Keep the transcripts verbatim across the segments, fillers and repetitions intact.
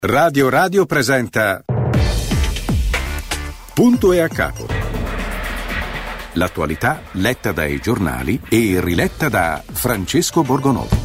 Radio Radio presenta Punto e a capo. L'attualità letta dai giornali e riletta da Francesco Borgonovo.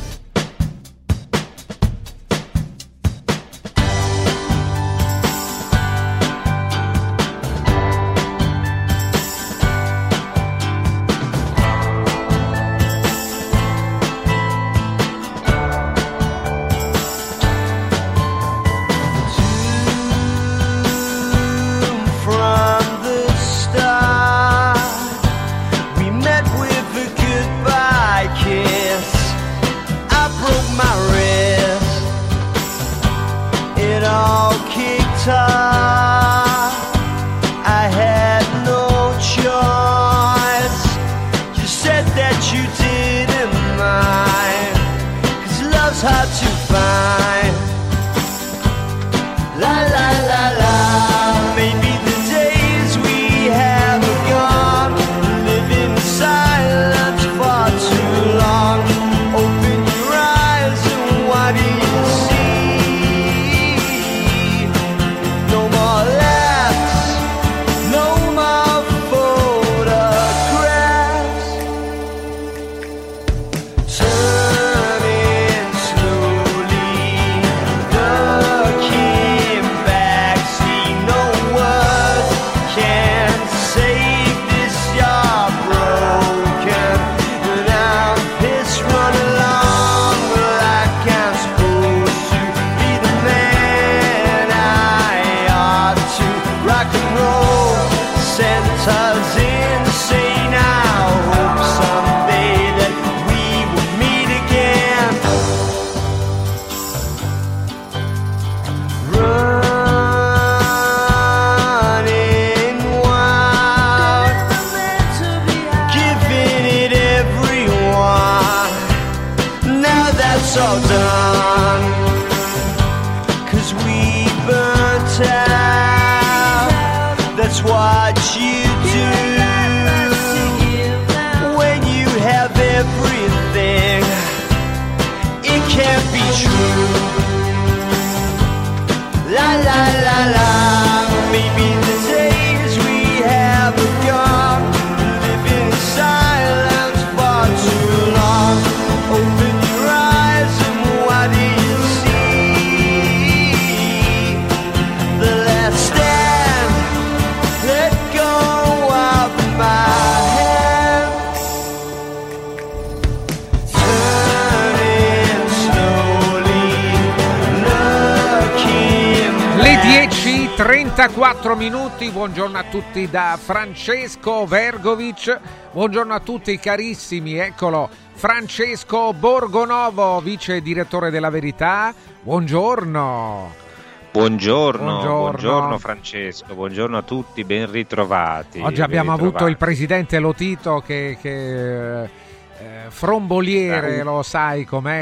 trentaquattro minuti, buongiorno a tutti da Francesco Vergovic, buongiorno a tutti carissimi, eccolo Francesco Borgonovo, vice direttore della Verità, buongiorno. Buongiorno, buongiorno, buongiorno Francesco, buongiorno a tutti, ben ritrovati. Oggi abbiamo ben ritrovati. avuto il presidente Lotito che... che... Eh, fromboliere, uh, lo sai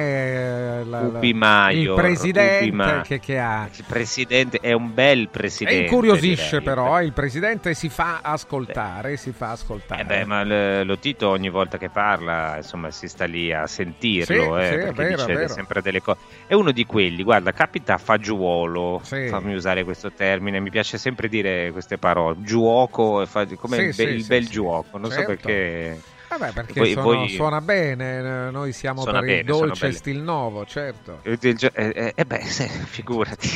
com'è la, la, il presidente che, che ha il presidente è un bel presidente e incuriosisce direi. Però il presidente si fa ascoltare beh. si fa ascoltare eh beh, ma lo Tito ogni volta che parla insomma si sta lì a sentirlo sì, eh, sì, perché è vero, dice è vero. sempre delle cose, è uno di quelli, guarda, capita a fagiolo, sì. fammi usare questo termine, mi piace sempre dire queste parole, giuoco, come sì, il, be- sì, il sì, bel sì. giuoco, non certo. so perché. Vabbè, perché voi, sono, voi... suona bene, noi siamo suona per bene, il dolce stil nuovo, certo. E eh, eh, eh beh, se, figurati,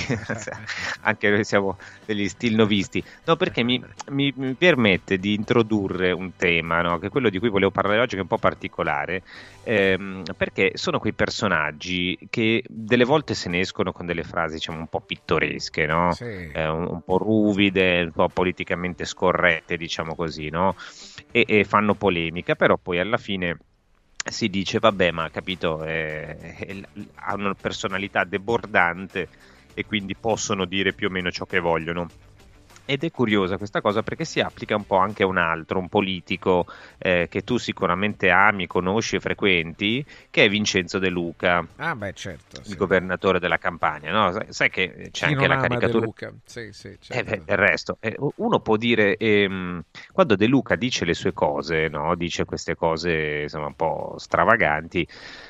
anche noi siamo degli stil novisti. No, perché mi, mi, mi permette di introdurre un tema, no? Che è quello di cui volevo parlare oggi, che è un po' particolare, ehm, perché sono quei personaggi che delle volte se ne escono con delle frasi, diciamo, un po' pittoresche, no? Sì. Eh, un, un po' ruvide, un po' politicamente scorrette, diciamo così, no? E, e fanno polemica, però poi alla fine si dice vabbè, ma capito, eh, eh, ha una personalità debordante e quindi possono dire più o meno ciò che vogliono. Ed è curiosa questa cosa perché si applica un po' anche a un altro, un politico eh, che tu sicuramente ami, conosci e frequenti, che è Vincenzo De Luca, ah, beh, certo, il sì. governatore della Campania, no? Sai, sai che c'è Chi anche non la ama caricatura. De Luca? Sì, sì, certo. Eh beh, del resto, eh, uno può dire, ehm, quando De Luca dice le sue cose, no? Dice queste cose insomma un po' stravaganti.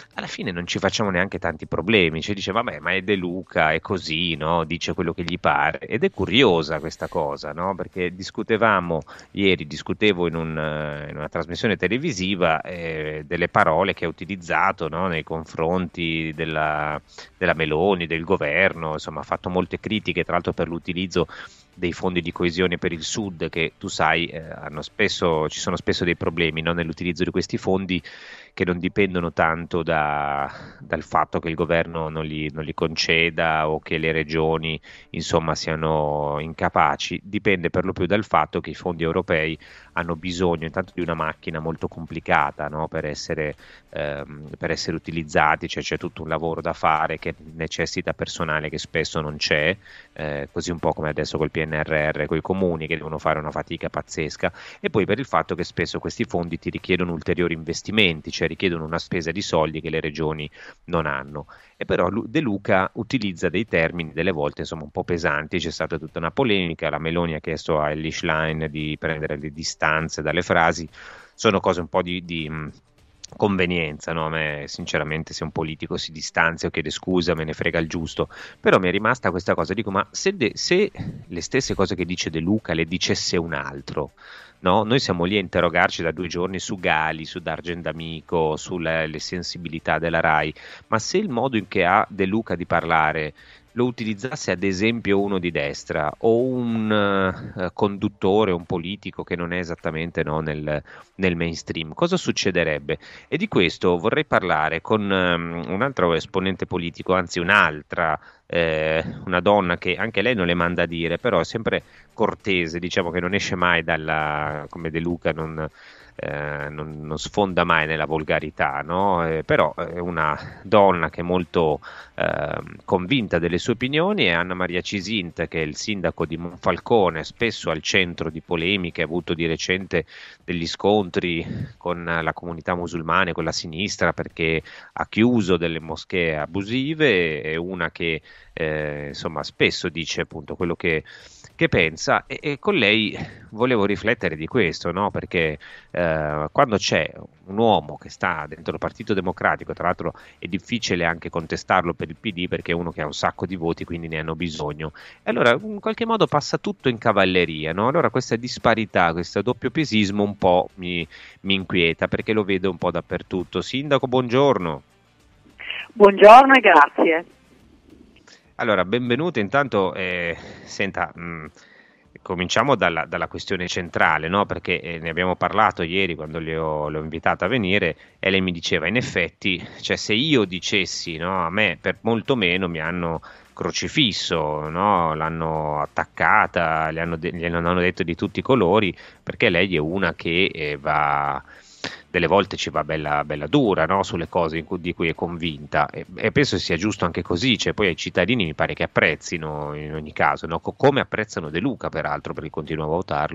alla fine non ci facciamo neanche tanti problemi, cioè dice vabbè ma è De Luca, è così, no? Dice quello che gli pare, ed è curiosa questa cosa, no? Perché discutevamo ieri, discutevo in, un, in una trasmissione televisiva eh, delle parole che ha utilizzato, no? Nei confronti della, della Meloni, del governo, insomma ha fatto molte critiche tra l'altro per l'utilizzo dei fondi di coesione per il Sud, che tu sai eh, hanno spesso, ci sono spesso dei problemi, no? Nell'utilizzo di questi fondi, che non dipendono tanto da, dal fatto che il governo non li, non li conceda o che le regioni insomma siano incapaci, dipende per lo più dal fatto che i fondi europei hanno bisogno intanto di una macchina molto complicata, no? per, essere, ehm, per essere utilizzati, cioè c'è tutto un lavoro da fare che necessita personale che spesso non c'è, eh, così un po' come adesso col P N R R, con i comuni che devono fare una fatica pazzesca, e poi per il fatto che spesso questi fondi ti richiedono ulteriori investimenti, cioè richiedono una spesa di soldi che le regioni non hanno. E però De Luca utilizza dei termini delle volte insomma un po' pesanti, c'è stata tutta una polemica, la Meloni ha chiesto a Elly Schlein di prendere le distanze dalle frasi, sono cose un po' di, di convenienza, no? A me sinceramente se un politico si distanzia o chiede scusa me ne frega il giusto, però mi è rimasta questa cosa, dico ma se, de, se le stesse cose che dice De Luca le dicesse un altro, no? Noi siamo lì a interrogarci da due giorni su Gali, su D'Argent D'Amico, sulle le sensibilità della RAI, ma se il modo in che ha De Luca di parlare lo utilizzasse ad esempio uno di destra o un uh, conduttore, un politico che non è esattamente no, nel, nel mainstream, cosa succederebbe? E di questo vorrei parlare con um, un altro esponente politico, anzi un'altra, eh, una donna che anche lei non le manda a dire, però è sempre cortese, diciamo che non esce mai dalla, come De Luca non... Eh, non, non sfonda mai nella volgarità, no? Eh, però è una donna che è molto eh, convinta delle sue opinioni, è Anna Maria Cisint, che è il sindaco di Monfalcone, spesso al centro di polemiche, ha avuto di recente degli scontri con la comunità musulmana e con la sinistra perché ha chiuso delle moschee abusive, è una che eh, insomma spesso dice appunto quello che che pensa, e, e con lei volevo riflettere di questo, no? Perché eh, quando c'è un uomo che sta dentro il Partito Democratico, tra l'altro è difficile anche contestarlo per il P D perché è uno che ha un sacco di voti, quindi ne hanno bisogno, e allora in qualche modo passa tutto in cavalleria, no? Allora questa disparità, questo doppiopesismo un po' mi, mi inquieta perché lo vedo un po' dappertutto. Sindaco, buongiorno. Buongiorno e grazie. Allora, benvenuto. Intanto, eh, senta, mh, cominciamo dalla, dalla questione centrale, no? Perché eh, ne abbiamo parlato ieri quando le ho, l'ho invitata a venire e lei mi diceva, in effetti, cioè se io dicessi, no, a me per molto meno mi hanno crocifisso, no? L'hanno attaccata, le hanno, de- gli hanno detto di tutti i colori, perché lei è una che eh, va... delle volte ci va bella, bella dura, no? Sulle cose in cui, di cui è convinta, e, e penso sia giusto anche così, cioè poi ai cittadini mi pare che apprezzino in ogni caso, no? Co- come apprezzano De Luca peraltro, perché continuo a votarlo.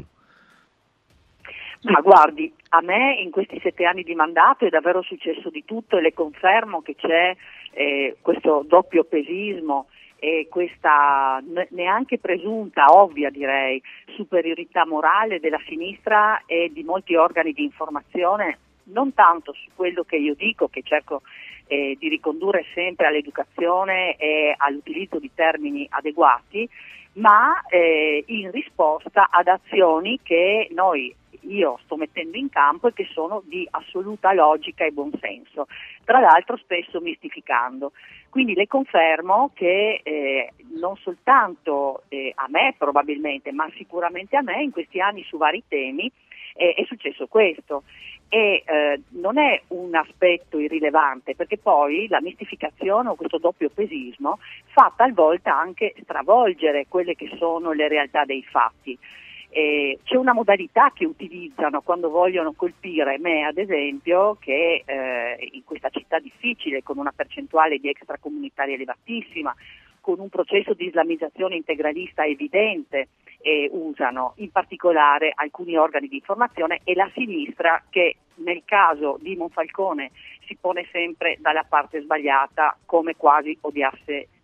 Ma guardi, a me in questi sette anni di mandato è davvero successo di tutto e le confermo che c'è eh, questo doppio pesismo e questa neanche presunta, ovvia direi, superiorità morale della sinistra e di molti organi di informazione, non tanto su quello che io dico, che cerco eh, di ricondurre sempre all'educazione e all'utilizzo di termini adeguati, ma eh, in risposta ad azioni che noi io sto mettendo in campo e che sono di assoluta logica e buonsenso, tra l'altro spesso mistificando. Quindi le confermo che eh, non soltanto eh, a me probabilmente, ma sicuramente a me in questi anni su vari temi eh, è successo questo. E eh, non è un aspetto irrilevante, perché poi la mistificazione o questo doppio pesismo fa talvolta anche stravolgere quelle che sono le realtà dei fatti. Eh, c'è una modalità che utilizzano quando vogliono colpire me, ad esempio, che eh, in questa città difficile, con una percentuale di extracomunitari elevatissima, con un processo di islamizzazione integralista evidente, eh, usano in particolare alcuni organi di informazione e la sinistra che nel caso di Monfalcone si pone sempre dalla parte sbagliata, come quasi odiasse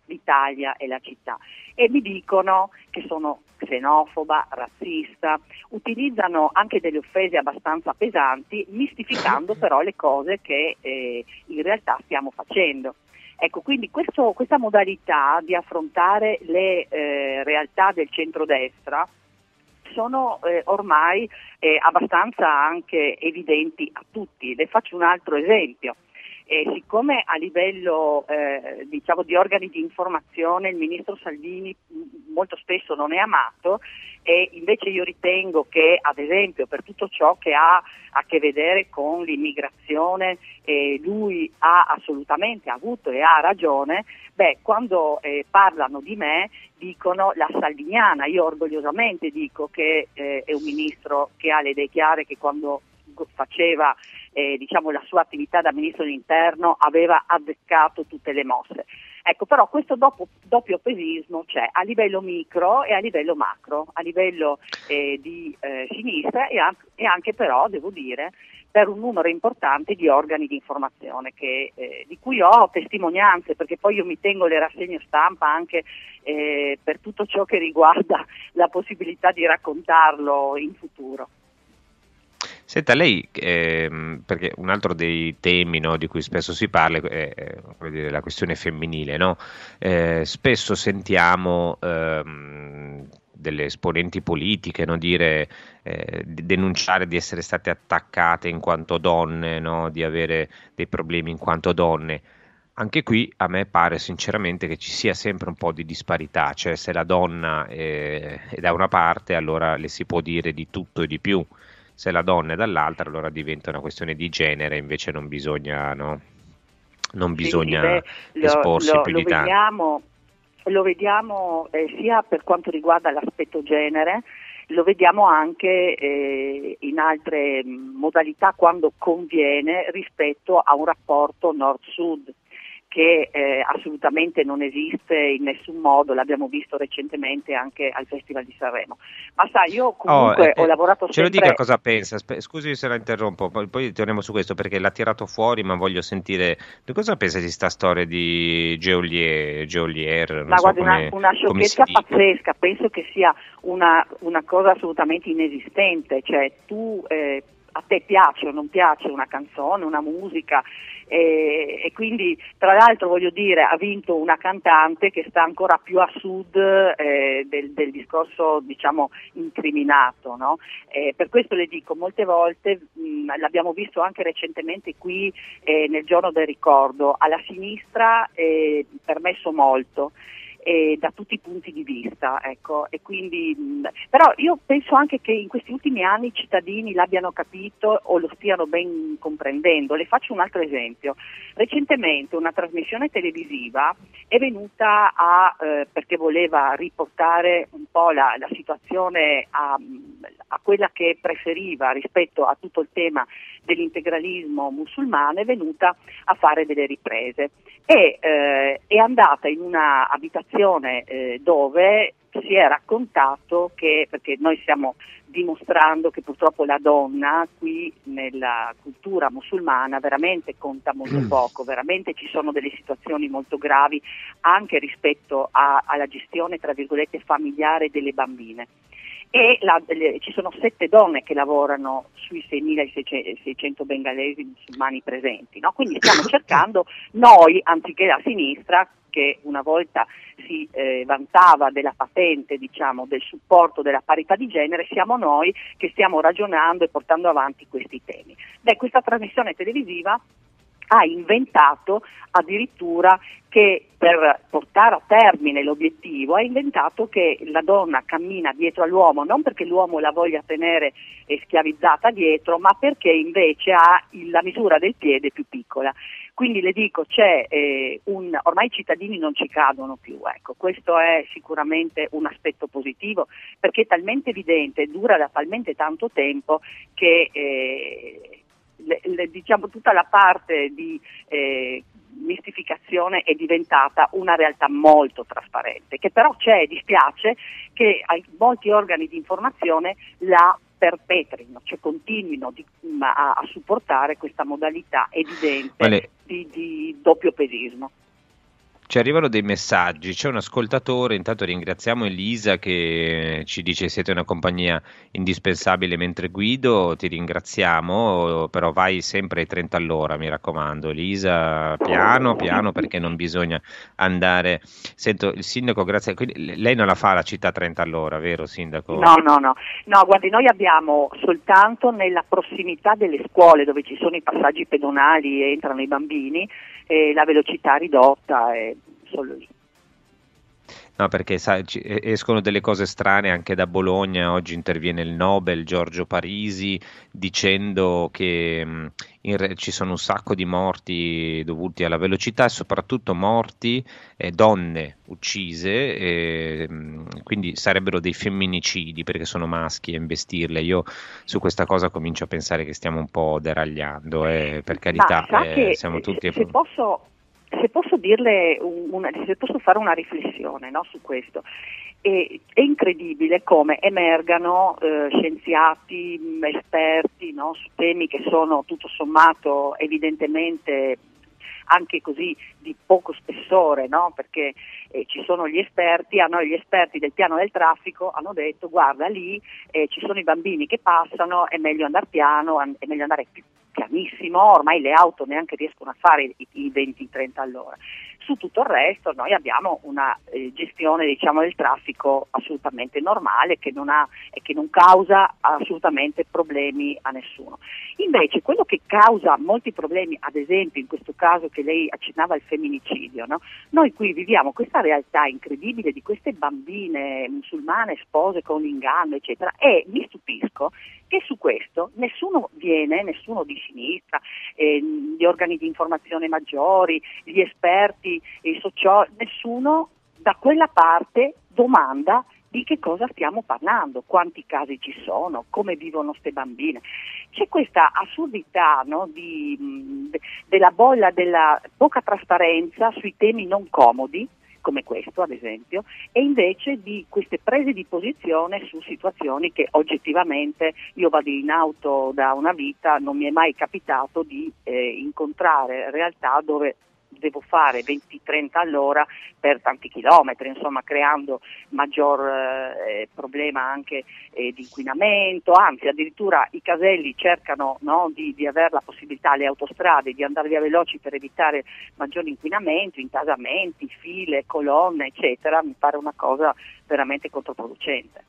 l'Italia e la città, e mi dicono che sono xenofoba, razzista, utilizzano anche delle offese abbastanza pesanti, mistificando però le cose che eh, in realtà stiamo facendo. Ecco, quindi questo, questa modalità di affrontare le eh, realtà del centrodestra sono eh, ormai eh, abbastanza anche evidenti a tutti. Le faccio un altro esempio. E siccome a livello eh, diciamo di organi di informazione il ministro Salvini molto spesso non è amato, e invece io ritengo che ad esempio per tutto ciò che ha a che vedere con l'immigrazione eh, lui ha assolutamente avuto e ha ragione, beh quando eh, parlano di me dicono la salviniana. Io orgogliosamente dico che eh, è un ministro che ha le idee chiare, che quando faceva eh, diciamo la sua attività da ministro dell'interno aveva azzeccato tutte le mosse. Ecco, però questo dopo, doppio pesismo c'è a livello micro e a livello macro, a livello eh, di eh, sinistra e, an- e anche però, devo dire, per un numero importante di organi di informazione che, eh, di cui ho testimonianze, perché poi io mi tengo le rassegne stampa anche eh, per tutto ciò che riguarda la possibilità di raccontarlo in futuro. Senta, lei, ehm, perché un altro dei temi, no, di cui spesso si parla è, è, come dire, la questione femminile, no? Eh, spesso sentiamo ehm, delle esponenti politiche, no, dire, eh, denunciare di essere state attaccate in quanto donne, no, di avere dei problemi in quanto donne. Anche qui a me pare sinceramente che ci sia sempre un po' di disparità, cioè se la donna è, è da una parte allora le si può dire di tutto e di più. Se la donna è dall'altra allora diventa una questione di genere, invece non bisogna, no? Non bisogna sì, sì, beh, esporsi lo, lo, più lo di tanto. Vediamo, lo vediamo eh, sia per quanto riguarda l'aspetto genere, lo vediamo anche eh, in altre modalità quando conviene rispetto a un rapporto nord-sud che eh, assolutamente non esiste in nessun modo, l'abbiamo visto recentemente anche al Festival di Sanremo. Ma sai, io comunque oh, eh, ho lavorato ce sempre... lo dica cosa pensa, scusi se la interrompo, poi, poi torniamo su questo perché l'ha tirato fuori, ma voglio sentire cosa pensa di sta storia di Geolier, Geolier non ma so guarda, come, una, una sciocchezza pazzesca, penso che sia una, una cosa assolutamente inesistente, cioè tu... Eh, a te piace o non piace una canzone, una musica e, e quindi tra l'altro voglio dire ha vinto una cantante che sta ancora più a sud eh, del, del discorso diciamo incriminato, no? Eh, per questo le dico molte volte mh, l'abbiamo visto anche recentemente qui eh, nel giorno del ricordo, alla sinistra è permesso molto. E da tutti i punti di vista, ecco, e quindi mh, però io penso anche che in questi ultimi anni i cittadini l'abbiano capito o lo stiano ben comprendendo. Le faccio un altro esempio. Recentemente una trasmissione televisiva è venuta a, eh, perché voleva riportare un po' la, la situazione a, a quella che preferiva rispetto a tutto il tema dell'integralismo musulmano, è venuta a fare delle riprese e eh, è andata in una abitazione eh, dove si è raccontato che, perché noi stiamo dimostrando che purtroppo la donna qui nella cultura musulmana veramente conta molto poco, veramente ci sono delle situazioni molto gravi anche rispetto a, alla gestione tra virgolette familiare delle bambine. E la, le, ci sono sette donne che lavorano sui seimilaseicento bengalesi musulmani presenti, no? Quindi stiamo cercando noi, anziché la sinistra, che una volta si eh, vantava della patente, diciamo, del supporto della parità di genere, siamo noi che stiamo ragionando e portando avanti questi temi. Beh, questa trasmissione televisiva ha inventato addirittura che per portare a termine l'obiettivo ha inventato che la donna cammina dietro all'uomo non perché l'uomo la voglia tenere eh, schiavizzata dietro, ma perché invece ha il, la misura del piede più piccola. Quindi le dico, c'è eh, un, ormai i cittadini non ci cadono più, ecco, questo è sicuramente un aspetto positivo perché è talmente evidente, dura da talmente tanto tempo che eh, Le, le, diciamo tutta la parte di eh, mistificazione è diventata una realtà molto trasparente, che però c'è, dispiace che molti organi di informazione la perpetrino, cioè continuino di, a, a supportare questa modalità evidente vale. di, di doppio pesismo. Ci arrivano dei messaggi, c'è un ascoltatore, intanto ringraziamo Elisa che ci dice siete una compagnia indispensabile mentre guido, ti ringraziamo, però vai sempre ai trenta all'ora, mi raccomando Elisa, piano piano perché non bisogna andare, sento il sindaco, grazie, quindi lei non la fa la città trenta all'ora, vero sindaco? No, no, no, no, guardi, noi abbiamo soltanto nella prossimità delle scuole dove ci sono i passaggi pedonali e entrano i bambini, eh, la velocità ridotta è solo lì. No, perché sai, ci- escono delle cose strane anche da Bologna, oggi interviene il Nobel Giorgio Parisi dicendo che mh, in re- ci sono un sacco di morti dovuti alla velocità e soprattutto morti, eh, donne uccise, e, mh, quindi sarebbero dei femminicidi perché sono maschi a investirle. Io su questa cosa comincio a pensare che stiamo un po' deragliando, eh, per carità, Ma sa eh, che siamo tutti... se posso, se posso dirle una, se posso fare una riflessione, no, su questo. E, è incredibile come emergano eh, scienziati, mh, esperti, no, su temi che sono tutto sommato evidentemente anche così di poco spessore, no? Perché eh, ci sono gli esperti, a noi gli esperti del piano del traffico hanno detto guarda lì eh, ci sono i bambini che passano, è meglio andare piano, an- è meglio andare più pianissimo, ormai le auto neanche riescono a fare i, i venti trenta all'ora. Su tutto il resto noi abbiamo una eh, gestione diciamo del traffico assolutamente normale che non ha e che non causa assolutamente problemi a nessuno. Invece quello che causa molti problemi, ad esempio in questo caso che lei accennava al femminicidio, no? Noi qui viviamo questa realtà incredibile di queste bambine musulmane spose con inganno eccetera e mi stupisco che su questo nessuno viene, nessuno di sinistra, eh, gli organi di informazione maggiori, gli esperti, i sociologi, nessuno da quella parte domanda di che cosa stiamo parlando, quanti casi ci sono, come vivono queste bambine. C'è questa assurdità, no, di, mh, della bolla della poca trasparenza sui temi non comodi, come questo ad esempio, e invece di queste prese di posizione su situazioni che oggettivamente io vado in auto da una vita, non mi è mai capitato di eh, incontrare realtà dove devo fare venti trenta all'ora per tanti chilometri, insomma creando maggior eh, problema anche eh, di inquinamento, anzi addirittura i caselli cercano, no, di, di avere la possibilità alle autostrade di andare via veloci per evitare maggior inquinamento, intasamenti, file, colonne eccetera, mi pare una cosa veramente controproducente.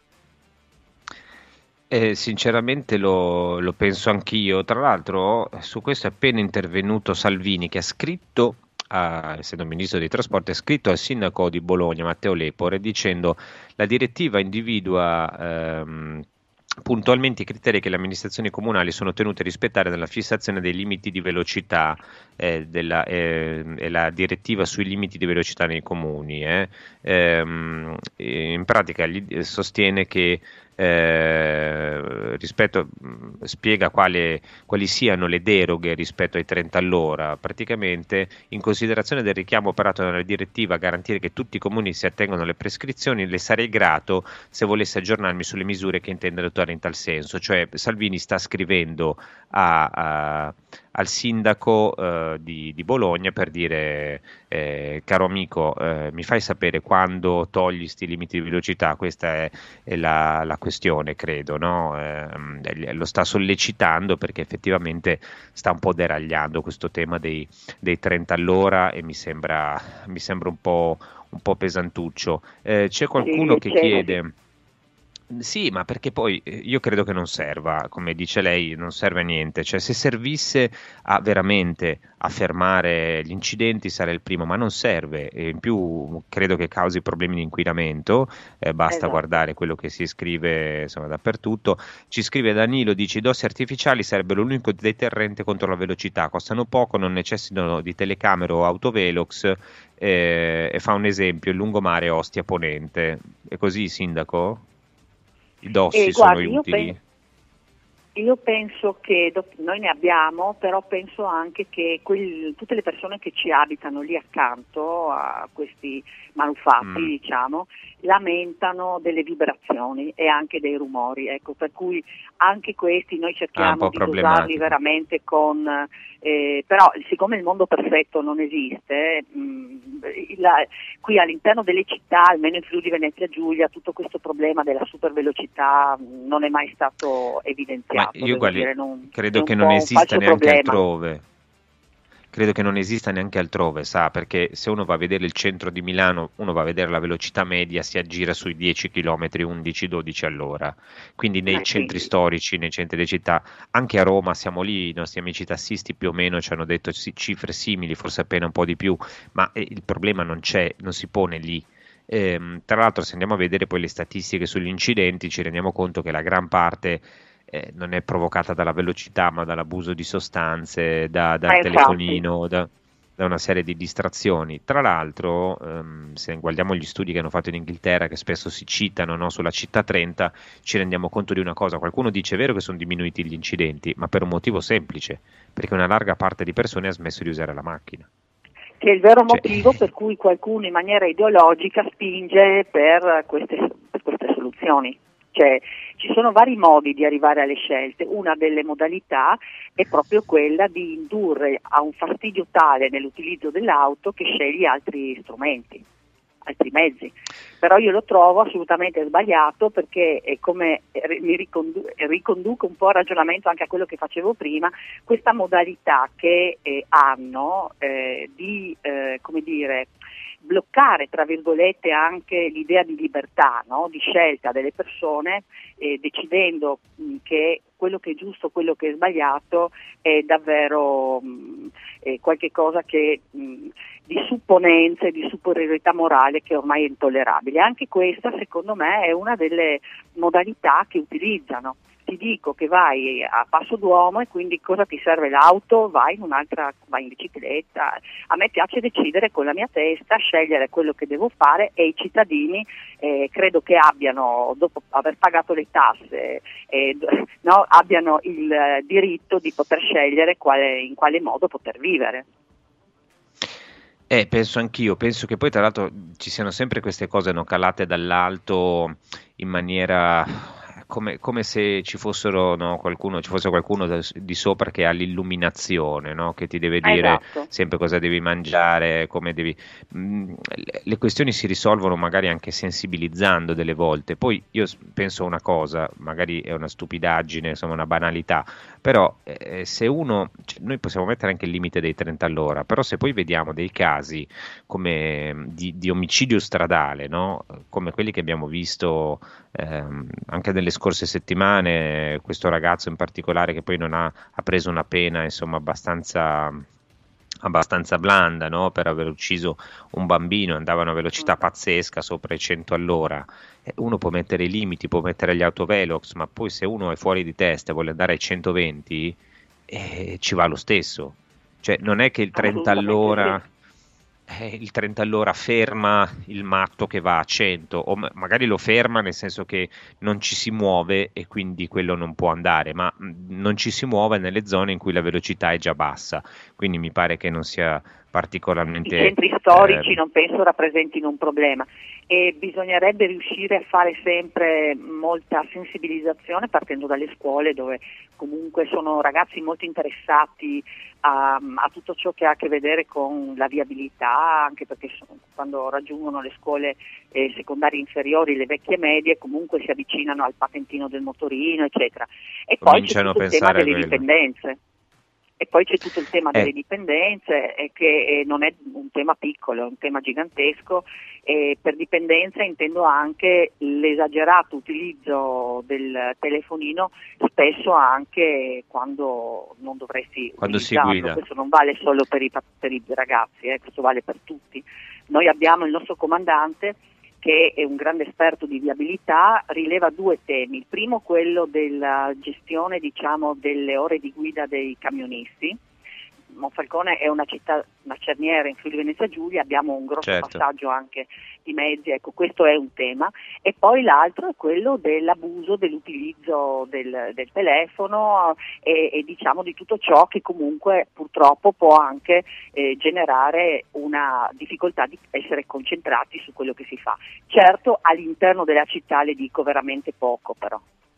Eh, sinceramente lo, lo penso anch'io. Tra l'altro su questo è appena intervenuto Salvini che ha scritto, a, essendo ministro dei trasporti, ha scritto al sindaco di Bologna Matteo Lepore dicendo la direttiva individua ehm, puntualmente i criteri che le amministrazioni comunali sono tenute a rispettare nella fissazione dei limiti di velocità eh, della, eh, e la direttiva sui limiti di velocità nei comuni. Eh. Ehm, in pratica gli, sostiene che Eh, rispetto, spiega quale, quali siano le deroghe rispetto ai trenta all'ora, praticamente in considerazione del richiamo operato nella direttiva a garantire che tutti i comuni si attengono alle prescrizioni, le sarei grato se volesse aggiornarmi sulle misure che intende adottare in tal senso. Cioè Salvini sta scrivendo a, a, al sindaco eh, di, di Bologna per dire eh, caro amico eh, mi fai sapere quando togli sti limiti di velocità, questa è, è la, la questione, credo, no? Eh, lo sta sollecitando perché effettivamente sta un po' deragliando questo tema dei, dei trenta all'ora e mi sembra, mi sembra un po', un po' pesantuccio. Eh, c'è qualcuno Sì, che c'è. chiede... Sì, ma perché poi eh, io credo che non serva, come dice lei, non serve a niente, cioè se servisse a veramente a fermare gli incidenti sarei il primo, ma non serve, e in più credo che causi problemi di inquinamento, eh, basta Esatto. guardare quello che si scrive insomma dappertutto. Ci scrive Danilo, dice i dossi artificiali sarebbero l'unico deterrente contro la velocità, costano poco, non necessitano di telecamere o autovelox, eh, e fa un esempio, il lungomare Ostia Ponente, è così sindaco? I dossi E sono guardi, io utili? penso, Io penso che do- noi ne abbiamo, però penso anche che quel, tutte le persone che ci abitano lì accanto a questi manufatti, mm. diciamo, lamentano delle vibrazioni e anche dei rumori, ecco, per cui anche questi noi cerchiamo ah, di dosarli veramente con, eh, però siccome il mondo perfetto non esiste, mh, la, qui all'interno delle città, almeno in Friuli Venezia Giulia, tutto questo problema della supervelocità non è mai stato evidenziato. Ma io guardi, dire, non, credo che non esista neanche problema. altrove. Credo che non esista neanche altrove, sa, perché se uno va a vedere il centro di Milano, uno va a vedere la velocità media, si aggira sui dieci chilometri, undici dodici all'ora. Quindi nei eh, centri sì. storici, nei centri delle città, anche a Roma siamo lì, i nostri amici tassisti più o meno ci hanno detto cifre simili, forse appena un po' di più, ma eh, il problema non c'è, non si pone lì. Eh, tra l'altro se andiamo a vedere poi le statistiche sugli incidenti ci rendiamo conto che la gran parte Eh, non è provocata dalla velocità ma dall'abuso di sostanze, da, dal eh, telefonino, da, da una serie di distrazioni. Tra l'altro, ehm, se guardiamo gli studi che hanno fatto in Inghilterra, che spesso si citano, no, sulla città trenta, ci rendiamo conto di una cosa. Qualcuno dice è vero che sono diminuiti gli incidenti, ma per un motivo semplice, perché una larga parte di persone ha smesso di usare la macchina. Che è il vero cioè, motivo per cui qualcuno in maniera ideologica spinge per queste, per queste soluzioni. Cioè, ci sono vari modi di arrivare alle scelte, una delle modalità è proprio quella di indurre a un fastidio tale nell'utilizzo dell'auto che scegli altri strumenti, altri mezzi. Però io lo trovo assolutamente sbagliato perché è come mi ricondu- riconduco un po' il ragionamento anche a quello che facevo prima, questa modalità che eh, hanno eh, di, eh, come dire, bloccare tra virgolette anche l'idea di libertà, no? Di scelta delle persone, eh, decidendo mh, che quello che è giusto, quello che è sbagliato è davvero mh, è qualche cosa che mh, di supponenze, di superiorità morale che ormai è intollerabile. Anche questa secondo me è una delle modalità che utilizzano. Ti dico che vai a passo d'uomo e quindi cosa ti serve l'auto? Vai in un'altra, vai in bicicletta. A me piace decidere con la mia testa, scegliere quello che devo fare e i cittadini eh, credo che abbiano, dopo aver pagato le tasse, eh, no, abbiano il diritto di poter scegliere quale, in quale modo poter vivere. Eh, penso anch'io, penso che poi tra l'altro ci siano sempre queste cose no, calate dall'alto in maniera come, come se ci fossero no, qualcuno, ci fosse qualcuno da, di sopra che ha l'illuminazione, no, che ti deve dire esatto. sempre cosa devi mangiare, come devi. Mh, le questioni si risolvono magari anche sensibilizzando delle volte. Poi io penso una cosa, magari è una stupidaggine, insomma una banalità, però eh, se uno, cioè, noi possiamo mettere anche il limite dei trenta all'ora, però se poi vediamo dei casi come di, di omicidio stradale, no? Come quelli che abbiamo visto ehm, anche nelle scorse settimane, questo ragazzo in particolare che poi non ha, ha preso una pena insomma abbastanza abbastanza blanda, no? Per aver ucciso un bambino, andava a una velocità pazzesca sopra i cento all'ora. Uno può mettere i limiti, può mettere gli autovelox, ma poi se uno è fuori di testa e vuole andare ai centoventi eh, ci va lo stesso, cioè non è che il trenta all'ora eh, il trenta all'ora ferma il matto che va a cento, o ma- magari lo ferma nel senso che non ci si muove e quindi quello non può andare, ma mh, non ci si muove nelle zone in cui la velocità è già bassa, quindi mi pare che non sia particolarmente... I centri storici eh, non penso rappresentino un problema e bisognerebbe riuscire a fare sempre molta sensibilizzazione partendo dalle scuole dove comunque sono ragazzi molto interessati a, a tutto ciò che ha a che vedere con la viabilità, anche perché sono, quando raggiungono le scuole eh, secondarie inferiori, le vecchie medie, comunque si avvicinano al patentino del motorino, eccetera. E poi c'è tutto il tema delle dipendenze. E poi c'è tutto il tema eh. delle dipendenze, eh, che eh, non è un tema piccolo, è un tema gigantesco. E per dipendenza intendo anche l'esagerato utilizzo del telefonino, spesso anche quando non dovresti quando utilizzarlo. si guida. Questo non vale solo per i, per i ragazzi, eh, questo vale per tutti. Noi abbiamo il nostro comandante che è un grande esperto di viabilità, rileva due temi. Il primo quello della gestione, diciamo, delle ore di guida dei camionisti, Monfalcone è una città, una cerniera in Friuli Venezia Giulia, abbiamo un grosso certo. passaggio anche di mezzi, ecco, questo è un tema. E poi l'altro è quello dell'abuso, dell'utilizzo del, del telefono e, e diciamo di tutto ciò che comunque purtroppo può anche eh, generare una difficoltà di essere concentrati su quello che si fa. Certo, all'interno della città le dico veramente poco, però.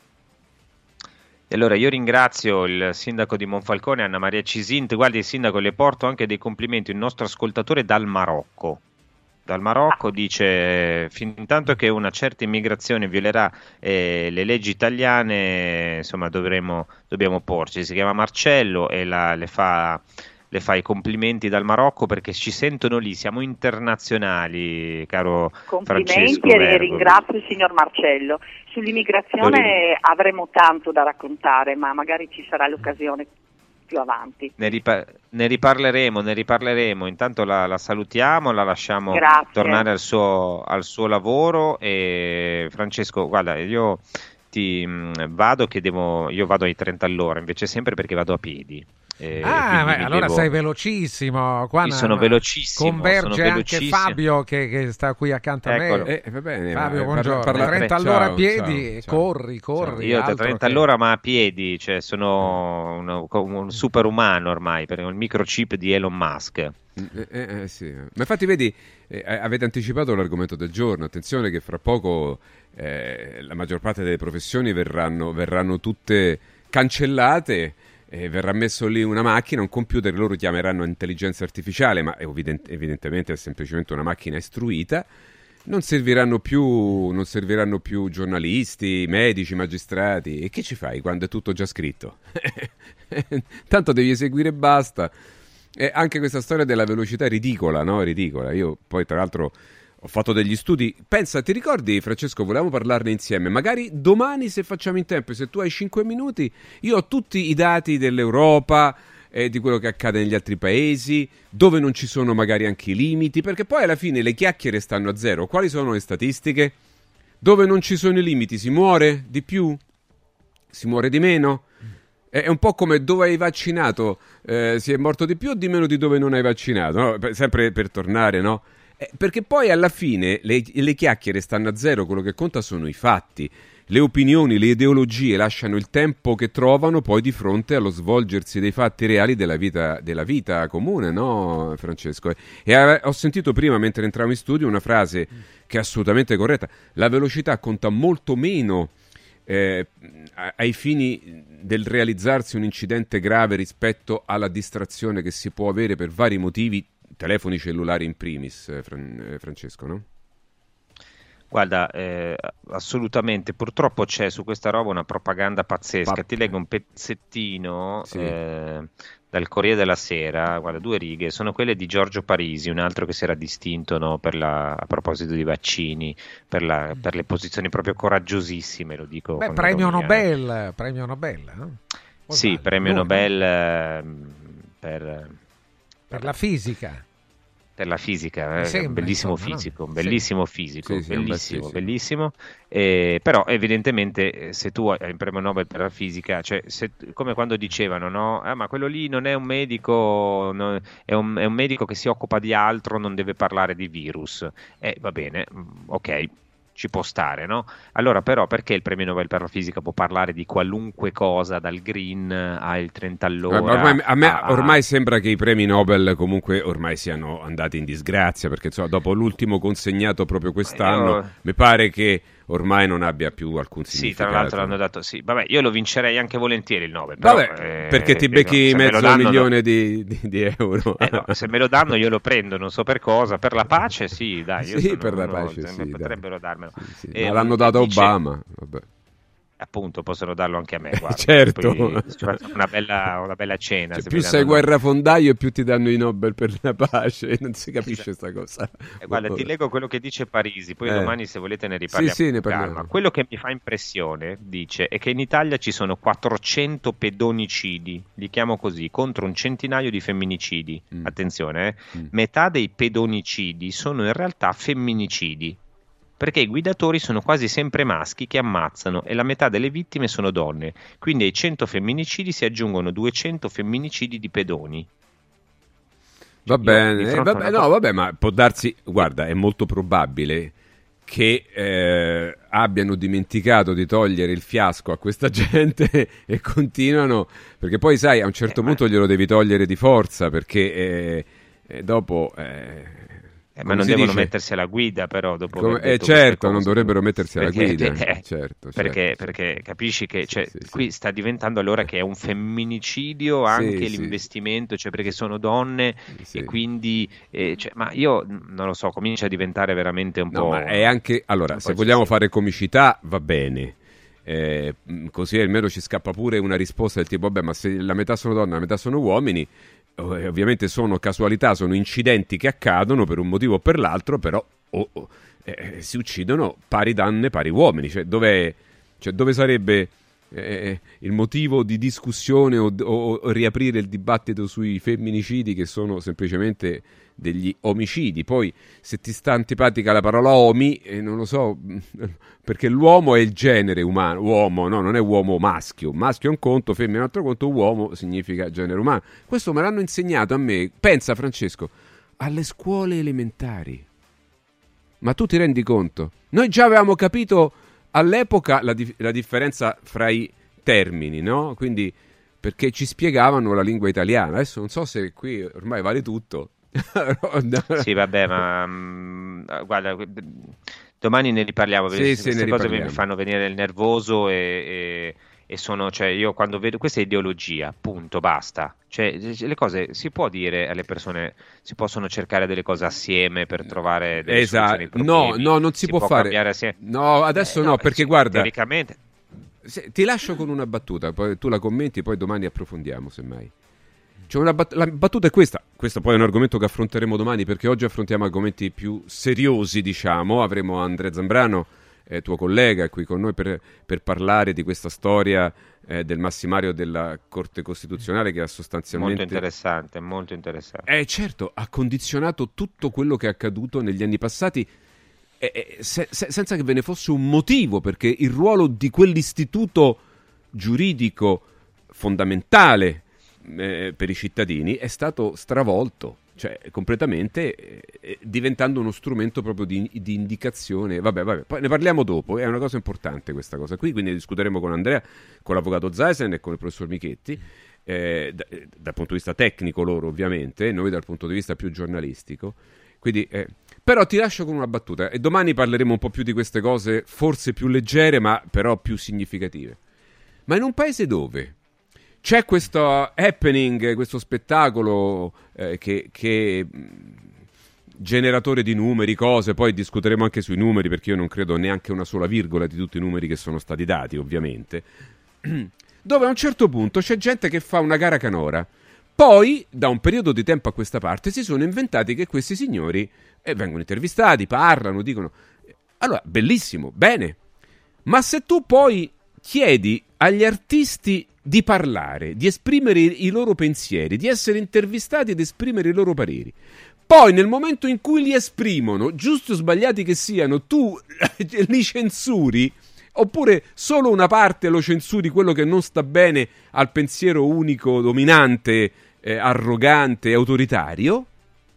E allora io ringrazio il sindaco di Monfalcone, Anna Maria Cisint. Guardi, il sindaco, le porto anche dei complimenti, il nostro ascoltatore dal Marocco. Dal Marocco dice: fin tanto che una certa immigrazione violerà eh, le leggi italiane, insomma dovremo, dobbiamo porci. Si chiama Marcello e la, le fa... le fa i complimenti dal Marocco perché ci sentono lì, siamo internazionali, caro complimenti Francesco. Complimenti e ringrazio il signor Marcello. Sull'immigrazione avremo tanto da raccontare, ma magari ci sarà l'occasione più avanti. Ne, ripar- ne riparleremo, ne riparleremo. Intanto la, la salutiamo, la lasciamo Grazie. tornare al suo, al suo lavoro. E Francesco, guarda, io ti mh, vado che devo, io vado ai trenta all'ora, invece sempre perché vado a piedi. Eh, ah, beh, allora devo... sei velocissimo. Qua sono velocissimo. Converge sono anche Fabio che, che sta qui accanto a Eccolo. me. Eh, va bene, Fabio, ma, buongiorno. Parla, parla, trenta ciao, all'ora a piedi, ciao, ciao. corri, corri. Ciao. Io da trenta che... all'ora ma a piedi, cioè sono un, un superumano ormai, perché ho il microchip di Elon Musk. Eh, eh, eh, sì. Ma infatti vedi, eh, avete anticipato l'argomento del giorno. Attenzione che fra poco eh, la maggior parte delle professioni verranno, verranno tutte cancellate. E verrà messo lì una macchina, un computer, loro chiameranno intelligenza artificiale, ma evident- evidentemente è semplicemente una macchina istruita. Non serviranno più, non serviranno più giornalisti, medici, magistrati. E che ci fai quando è tutto già scritto? Tanto devi eseguire e basta. E anche questa storia della velocità è ridicola, no? Ridicola. Io poi tra l'altro ho fatto degli studi. Pensa, ti ricordi, Francesco, volevamo parlarne insieme. Magari domani, se facciamo in tempo, se tu hai cinque minuti, io ho tutti i dati dell'Europa, eh, di quello che accade negli altri paesi, dove non ci sono magari anche i limiti, perché poi alla fine le chiacchiere stanno a zero. Quali sono le statistiche? Dove non ci sono i limiti si muore di più? Si muore di meno? È un po' come dove hai vaccinato, eh, si è morto di più o di meno di dove non hai vaccinato, no? Sempre per tornare, no? Eh, perché poi alla fine le, le chiacchiere stanno a zero, quello che conta sono i fatti. Le opinioni, le ideologie lasciano il tempo che trovano poi di fronte allo svolgersi dei fatti reali della vita, della vita comune, no, Francesco? E eh, ho sentito prima, mentre entravo in studio, una frase che è assolutamente corretta. La velocità conta molto meno eh, ai fini del realizzarsi un incidente grave rispetto alla distrazione che si può avere per vari motivi, telefoni cellulari in primis, eh, Fran- eh, Francesco, no? Guarda, eh, assolutamente, purtroppo c'è su questa roba una propaganda pazzesca. Pappe. Ti leggo un pezzettino sì. eh, dal Corriere della Sera, guarda, due righe, sono quelle di Giorgio Parisi, un altro che si era distinto, no, per la, a proposito di vaccini, per, la, per le posizioni proprio coraggiosissime, lo dico. Beh, premio Nobel, premio Nobel, no? Sì, vale? premio Lui, Nobel eh, per... Per la fisica. Per la fisica, eh, un bellissimo insomma, fisico, un no? bellissimo sì. fisico, sì, sì, bellissimo, sì, sì. bellissimo. Eh, però evidentemente se tu hai il premio Nobel per la fisica, cioè se, come quando dicevano, no? Ah, ma quello lì non è un medico, no, è, un, è un medico che si occupa di altro, non deve parlare di virus. Eh, va bene, ok. Ci può stare, no? Allora però perché il premio Nobel per la fisica può parlare di qualunque cosa, dal green al trenta all'ora? Ormai, a me a... ormai sembra che i premi Nobel comunque ormai siano andati in disgrazia, perché insomma, dopo l'ultimo consegnato proprio quest'anno io... mi pare che ormai non abbia più alcun significato. Sì, tra l'altro l'hanno dato, sì. Vabbè, io lo vincerei anche volentieri il Nobel. Però, Vabbè, eh, perché ti becchi no, mezzo danno, milione no. di, di, di euro. Eh, no, se me lo danno io lo prendo, non so per cosa. Per la pace sì, dai. Io sì, sono, per la uno, pace sì, potrebbero dai. darmelo. Sì, sì. Eh, Ma l'hanno dato a dice... Obama. Vabbè. Appunto, possono darlo anche a me, guarda. Certo. Poi una bella, una bella cena. Cioè, se più sei guerrafondaio e più ti danno i Nobel per la pace. Non si capisce questa esatto. cosa. Eh, guarda, ti leggo quello che dice Parisi, poi eh. domani se volete ne riparliamo. Sì, sì, ne parliamo. Calma. Quello che mi fa impressione, dice, è che in Italia ci sono quattrocento pedonicidi, li chiamo così, contro un centinaio di femminicidi. Mm. Attenzione, eh. Mm. Metà dei pedonicidi sono in realtà femminicidi. Perché i guidatori sono quasi sempre maschi che ammazzano e la metà delle vittime sono donne, quindi ai cento femminicidi si aggiungono duecento femminicidi di pedoni. Va bene, eh, vabbè, no, vabbè, ma può darsi, guarda, è molto probabile che eh, abbiano dimenticato di togliere il fiasco a questa gente e continuano, perché poi sai, a un certo eh, punto ma... glielo devi togliere di forza, perché eh, eh, dopo... Eh, Eh, ma non devono dice? mettersi alla guida, però dopo Come, eh, certo, non dovrebbero mettersi alla perché, guida eh, certo, perché, certo, perché certo. capisci che cioè, sì, sì, qui sì. sta diventando allora che è un femminicidio anche sì, l'investimento, sì. cioè perché sono donne sì. e quindi eh, cioè, ma io non lo so, comincia a diventare veramente un no, po'. Ma è anche allora, se vogliamo sì. fare comicità va bene. Eh, così almeno ci scappa pure una risposta del tipo vabbè, ma se la metà sono donne, la metà sono uomini, ovviamente sono casualità, sono incidenti che accadono per un motivo o per l'altro, però oh, oh, eh, si uccidono pari donne, pari uomini, cioè dove, cioè, dove sarebbe eh, il motivo di discussione o, o, o riaprire il dibattito sui femminicidi che sono semplicemente degli omicidi? Poi se ti sta antipatica la parola omi, eh, non lo so, perché l'uomo è il genere umano, uomo, no, non è uomo maschio, maschio è un conto, femmina è un altro conto, uomo significa genere umano. Questo me l'hanno insegnato a me, pensa Francesco, alle scuole elementari. Ma tu ti rendi conto? Noi già avevamo capito all'epoca la, di- la differenza fra i termini, no? Quindi perché ci spiegavano la lingua italiana. Adesso non so se qui ormai vale tutto. Sì, vabbè, ma mh, guarda, domani ne riparliamo, perché sì, queste sì, cose mi fanno venire il nervoso e, e, e sono, cioè io quando vedo, questa è ideologia, punto, basta. Cioè le cose si può dire alle persone, si possono cercare delle cose assieme per trovare delle esatto. soluzioni ai problemi. No, no, non si, si può, può fare. Assieme. No, adesso eh, no, no, perché sì, guarda, teoricamente. Se, ti lascio con una battuta, poi tu la commenti, poi domani approfondiamo, semmai. Cioè una bat- la battuta è questa, questo poi è un argomento che affronteremo domani, perché oggi affrontiamo argomenti più seriosi, diciamo. Avremo Andrea Zambrano, eh, tuo collega, qui con noi per, per parlare di questa storia eh, del massimario della Corte Costituzionale che ha sostanzialmente... Molto interessante, molto interessante. Eh certo, ha condizionato tutto quello che è accaduto negli anni passati eh, eh, se, se, senza che ve ne fosse un motivo, perché il ruolo di quell'istituto giuridico fondamentale Eh, per i cittadini è stato stravolto, cioè completamente eh, diventando uno strumento proprio di, di indicazione. Vabbè, vabbè, poi ne parliamo dopo, è una cosa importante questa cosa qui, quindi discuteremo con Andrea, con l'avvocato Zaisen e con il professor Michetti, eh, da, dal punto di vista tecnico loro ovviamente, noi dal punto di vista più giornalistico. Quindi, eh, però ti lascio con una battuta e domani parleremo un po' più di queste cose, forse più leggere ma però più significative. Ma in un paese dove c'è questo happening, questo spettacolo eh, che, che generatore di numeri, cose, poi discuteremo anche sui numeri, perché io non credo neanche una sola virgola di tutti i numeri che sono stati dati, ovviamente, dove a un certo punto c'è gente che fa una gara canora. Poi, da un periodo di tempo a questa parte, si sono inventati che questi signori eh, vengono intervistati, parlano, dicono... Allora, bellissimo, bene. Ma se tu poi chiedi agli artisti di parlare, di esprimere i loro pensieri, di essere intervistati ed esprimere i loro pareri, poi nel momento in cui li esprimono, giusti o sbagliati che siano, tu li censuri, oppure solo una parte lo censuri, quello che non sta bene al pensiero unico, dominante, eh, arrogante, autoritario,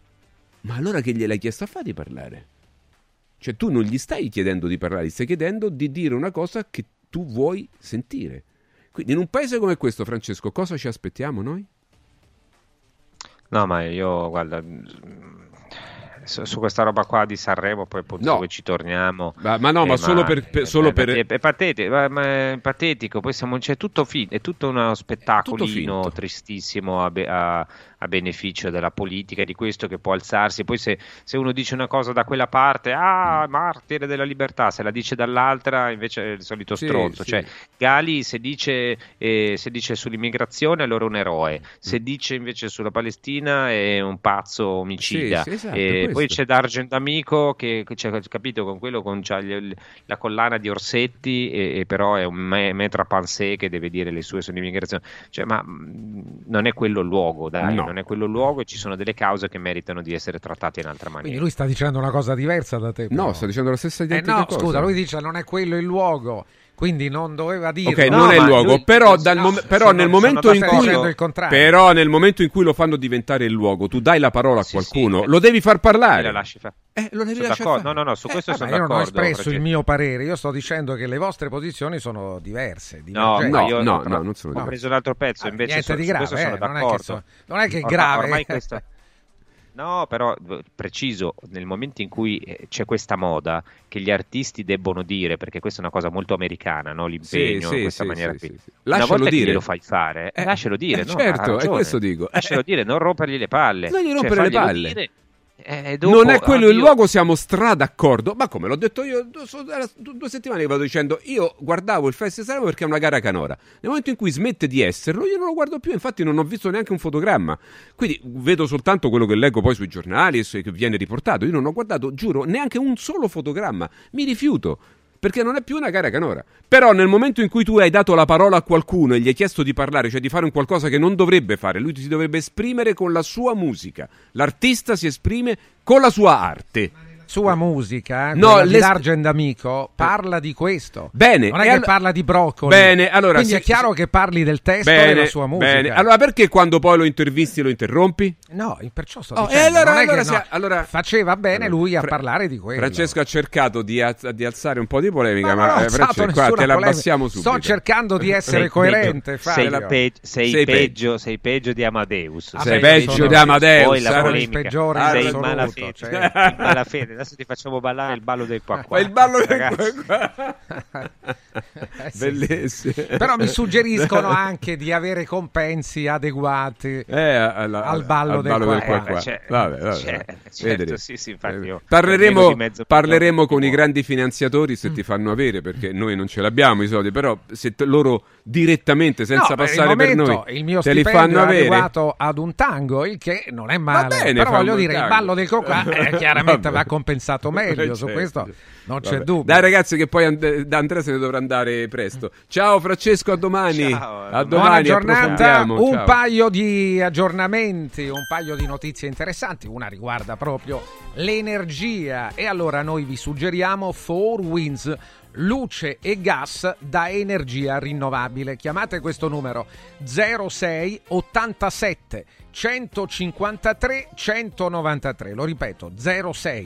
ma allora che gliel'hai chiesto a fare di parlare? Cioè tu non gli stai chiedendo di parlare, gli stai chiedendo di dire una cosa che tu vuoi sentire. Quindi in un paese come questo, Francesco, cosa ci aspettiamo noi? No, ma io, guarda, su, su questa roba qua di Sanremo, poi appunto no. poi ci torniamo. Ma, ma no, eh, ma solo per... per, solo è, per... È, è, patetico, ma, ma è patetico, poi siamo, c'è tutto finto, è tutto uno spettacolino tutto tristissimo a, be, a, a beneficio della politica, di questo che può alzarsi. Poi se, se uno dice una cosa da quella parte, ah, martire della libertà, se la dice dall'altra invece è il solito stronzo. Sì, cioè, sì. Gali se dice, eh, se dice sull'immigrazione allora è un eroe, se dice invece sulla Palestina è un pazzo omicida. Sì, sì, esatto, e poi c'è D'Argent Amico che, che c'è, capito, con quello con c'ha gli, la collana di orsetti e, e però è un me, metra pansé che deve dire le sue sull'immigrazione. Cioè, ma mh, non è quello il luogo, dai. No. Non è quello il luogo e ci sono delle cause che meritano di essere trattate in altra maniera. Quindi lui sta dicendo una cosa diversa da te. Però. No, sta dicendo la stessa identica eh no, cosa. Scusa, lui dice non è quello il luogo. quindi non doveva dire. Ok, no, non è il luogo, lui, però, dal no, mom- però, nel momento in cui, però nel momento in cui lo fanno diventare il luogo, tu dai la parola a sì, qualcuno, sì, lo devi far parlare. La lasci fare. Eh, lo devi lasciare fare. No, no, no, su questo eh, sono vabbè, d'accordo. Io non ho espresso il mio parere, io sto dicendo che le vostre posizioni sono diverse. No, no, io no, no, non sono ho preso un altro pezzo, ah, invece niente su, di grave, su questo eh, sono non d'accordo. È che so, non è che è ormai, grave. Ormai questa... No, però preciso, nel momento in cui c'è questa moda che gli artisti debbono dire, perché questa è una cosa molto americana, no? L'impegno, sì, in questa sì, maniera sì, qui. Sì, sì. Una volta dire. che glielo fai fare, eh, lascialo dire. Eh, no, certo, è questo dico. Lascialo eh. dire, non rompergli le palle. Non gli rompere cioè, le palle. Dire, eh, dopo, non è quello ah, il io... luogo, siamo stra d'accordo. Ma come l'ho detto io, era due settimane che vado dicendo, io guardavo il Festival Sanremo perché è una gara canora. Nel momento in cui smette di esserlo, io non lo guardo più, infatti non ho visto neanche un fotogramma. Quindi vedo soltanto quello che leggo poi sui giornali e che viene riportato. Io non ho guardato, giuro, neanche un solo fotogramma. Mi rifiuto. Perché non è più una gara canora. Però nel momento in cui tu hai dato la parola a qualcuno e gli hai chiesto di parlare, cioè di fare un qualcosa che non dovrebbe fare, lui si dovrebbe esprimere con la sua musica. L'artista si esprime con la sua arte. Sua musica, no, quella di D'Argent Amico, parla di questo. Bene. Non è che al... parla di broccoli. Bene, allora, quindi se... è chiaro che parli del testo bene, e della sua musica. Bene, allora perché quando poi lo intervisti lo interrompi? No, perciò sto oh, dicendo. E allora, non è allora, che, sia... no, allora... faceva bene allora, lui a Fra... parlare di quello. Francesco ha cercato di, az... di alzare un po' di polemica, ma, ma ma eh, Francesco, qua te la abbassiamo subito. Sto cercando di essere sei coerente. Sei, pe... sei, sei, peggio, sei peggio di Amadeus. Ah, sei peggio sono... di Amadeus. Poi la polemica. Il peggiore ah, sei in malafede. Cioè. malafede. Adesso ti facciamo ballare il ballo del qua qua. Ma il ballo del qua qua. Bellissimo. Però mi suggeriscono anche di avere compensi adeguati eh, alla, al ballo, al del, ballo qua del qua qua. qua. C'è, vabbè, vabbè. C'è, certo, sì, sì, infatti io parleremo parleremo con i grandi finanziatori se mm. ti fanno avere, perché noi non ce l'abbiamo i soldi, però se te, loro direttamente senza no, passare per, per momento, noi il mio te li fanno avere, è adeguato ad un tango, il che non è male. Va bene, però voglio dire, tango. il ballo del qua eh, chiaramente va compensato meglio, su questo non c'è Vabbè. dubbio. Dai ragazzi che poi And- da Andrea se ne dovrà andare presto. Ciao Francesco, a domani. Ciao, a domani. domani. Buona giornata, un ciao. paio di aggiornamenti, un paio di notizie interessanti, una riguarda proprio l'energia e allora noi vi suggeriamo Four Winds, luce e gas da energia rinnovabile. Chiamate questo numero zero sei ottantasette centocinquantatré centonovantatré, lo ripeto zero sei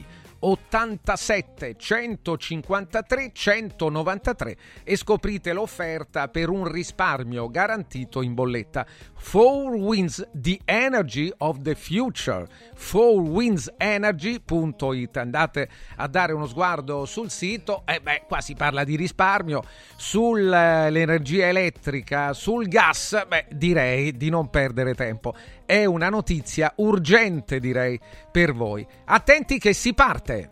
ottantasette centocinquantatré centonovantatré e scoprite l'offerta per un risparmio garantito in bolletta. Four Winds, the energy of the future. four winds energy punto it. Andate a dare uno sguardo sul sito e eh beh, qua si parla di risparmio sull'energia elettrica, sul gas. Beh, direi di non perdere tempo. È una notizia urgente, direi, per voi. Attenti che si parte!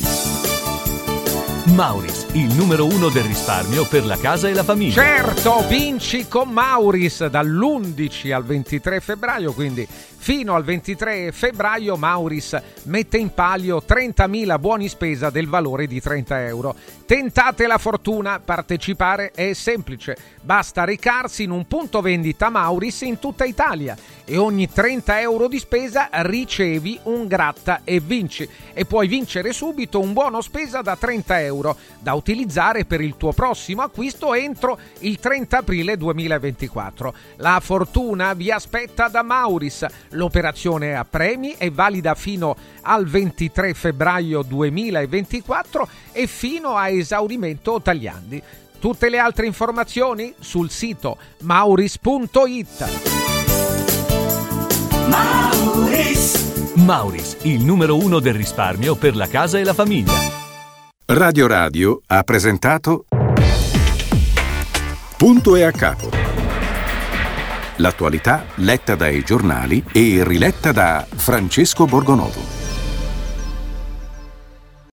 Mauris, il numero uno del risparmio per la casa e la famiglia. Certo, vinci con Mauris dall'undici al ventitré febbraio, quindi fino al ventitré febbraio Mauris mette in palio trentamila buoni spesa del valore di trenta euro. Tentate la fortuna, partecipare è semplice, basta recarsi in un punto vendita Mauris in tutta Italia e ogni trenta euro di spesa ricevi un gratta e vinci e puoi vincere subito un buono spesa da trenta euro da utilizzare per il tuo prossimo acquisto entro il trenta aprile duemilaventiquattro. La fortuna vi aspetta da Mauris. L'operazione a premi è valida fino al ventitré febbraio duemilaventiquattro e fino a esaurimento tagliandi. Tutte le altre informazioni sul sito mauris punto it. Mauris. Mauris, il numero uno del risparmio per la casa e la famiglia. Radio Radio ha presentato Punto e a capo. L'attualità letta dai giornali e riletta da Francesco Borgonovo.